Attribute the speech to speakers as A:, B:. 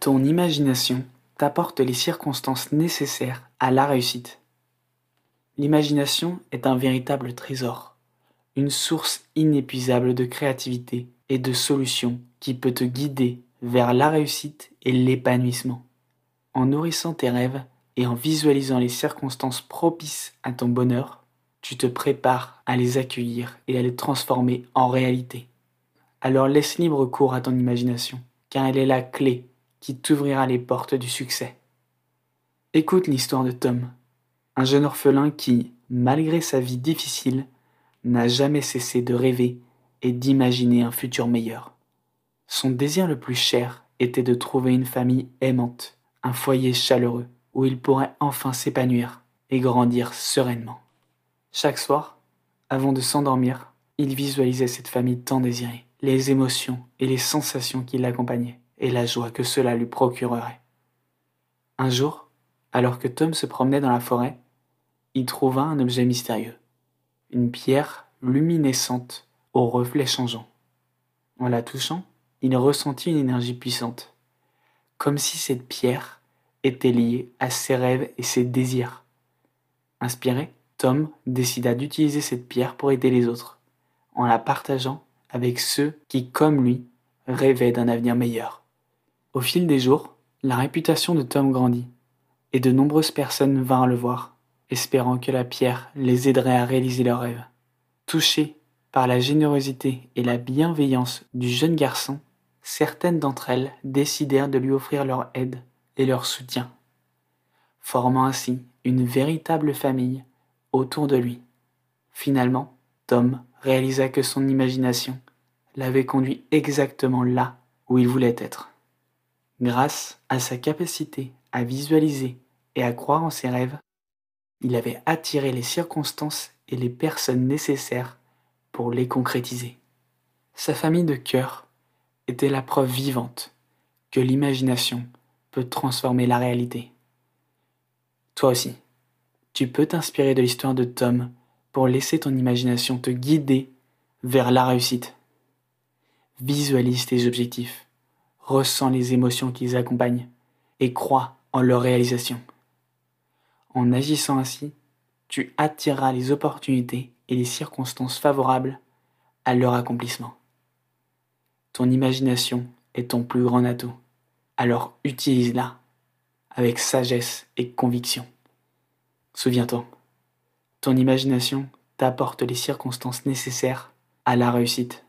A: Ton imagination t'apporte les circonstances nécessaires à la réussite. L'imagination est un véritable trésor, une source inépuisable de créativité et de solutions qui peut te guider vers la réussite et l'épanouissement. En nourrissant tes rêves et en visualisant les circonstances propices à ton bonheur, tu te prépares à les accueillir et à les transformer en réalité. Alors laisse libre cours à ton imagination, car elle est la clé qui t'ouvrira les portes du succès. Écoute l'histoire de Tom, un jeune orphelin qui, malgré sa vie difficile, n'a jamais cessé de rêver et d'imaginer un futur meilleur. Son désir le plus cher était de trouver une famille aimante, un foyer chaleureux où il pourrait enfin s'épanouir et grandir sereinement. Chaque soir, avant de s'endormir, il visualisait cette famille tant désirée, les émotions et les sensations qui l'accompagnaient et la joie que cela lui procurerait. Un jour, alors que Tom se promenait dans la forêt, il trouva un objet mystérieux, une pierre luminescente aux reflets changeants. En la touchant, il ressentit une énergie puissante, comme si cette pierre était liée à ses rêves et ses désirs. Inspiré, Tom décida d'utiliser cette pierre pour aider les autres, en la partageant avec ceux qui, comme lui, rêvaient d'un avenir meilleur. Au fil des jours, la réputation de Tom grandit, et de nombreuses personnes vinrent le voir, espérant que la pierre les aiderait à réaliser leurs rêves. Touchés par la générosité et la bienveillance du jeune garçon, certaines d'entre elles décidèrent de lui offrir leur aide et leur soutien, formant ainsi une véritable famille autour de lui. Finalement, Tom réalisa que son imagination l'avait conduit exactement là où il voulait être. Grâce à sa capacité à visualiser et à croire en ses rêves, il avait attiré les circonstances et les personnes nécessaires pour les concrétiser. Sa famille de cœur était la preuve vivante que l'imagination peut transformer la réalité. Toi aussi, tu peux t'inspirer de l'histoire de Tom pour laisser ton imagination te guider vers la réussite. Visualise tes objectifs, ressens les émotions qui les accompagnent et crois en leur réalisation. En agissant ainsi, tu attireras les opportunités et les circonstances favorables à leur accomplissement. Ton imagination est ton plus grand atout, alors utilise-la avec sagesse et conviction. Souviens-toi, ton imagination t'apporte les circonstances nécessaires à la réussite.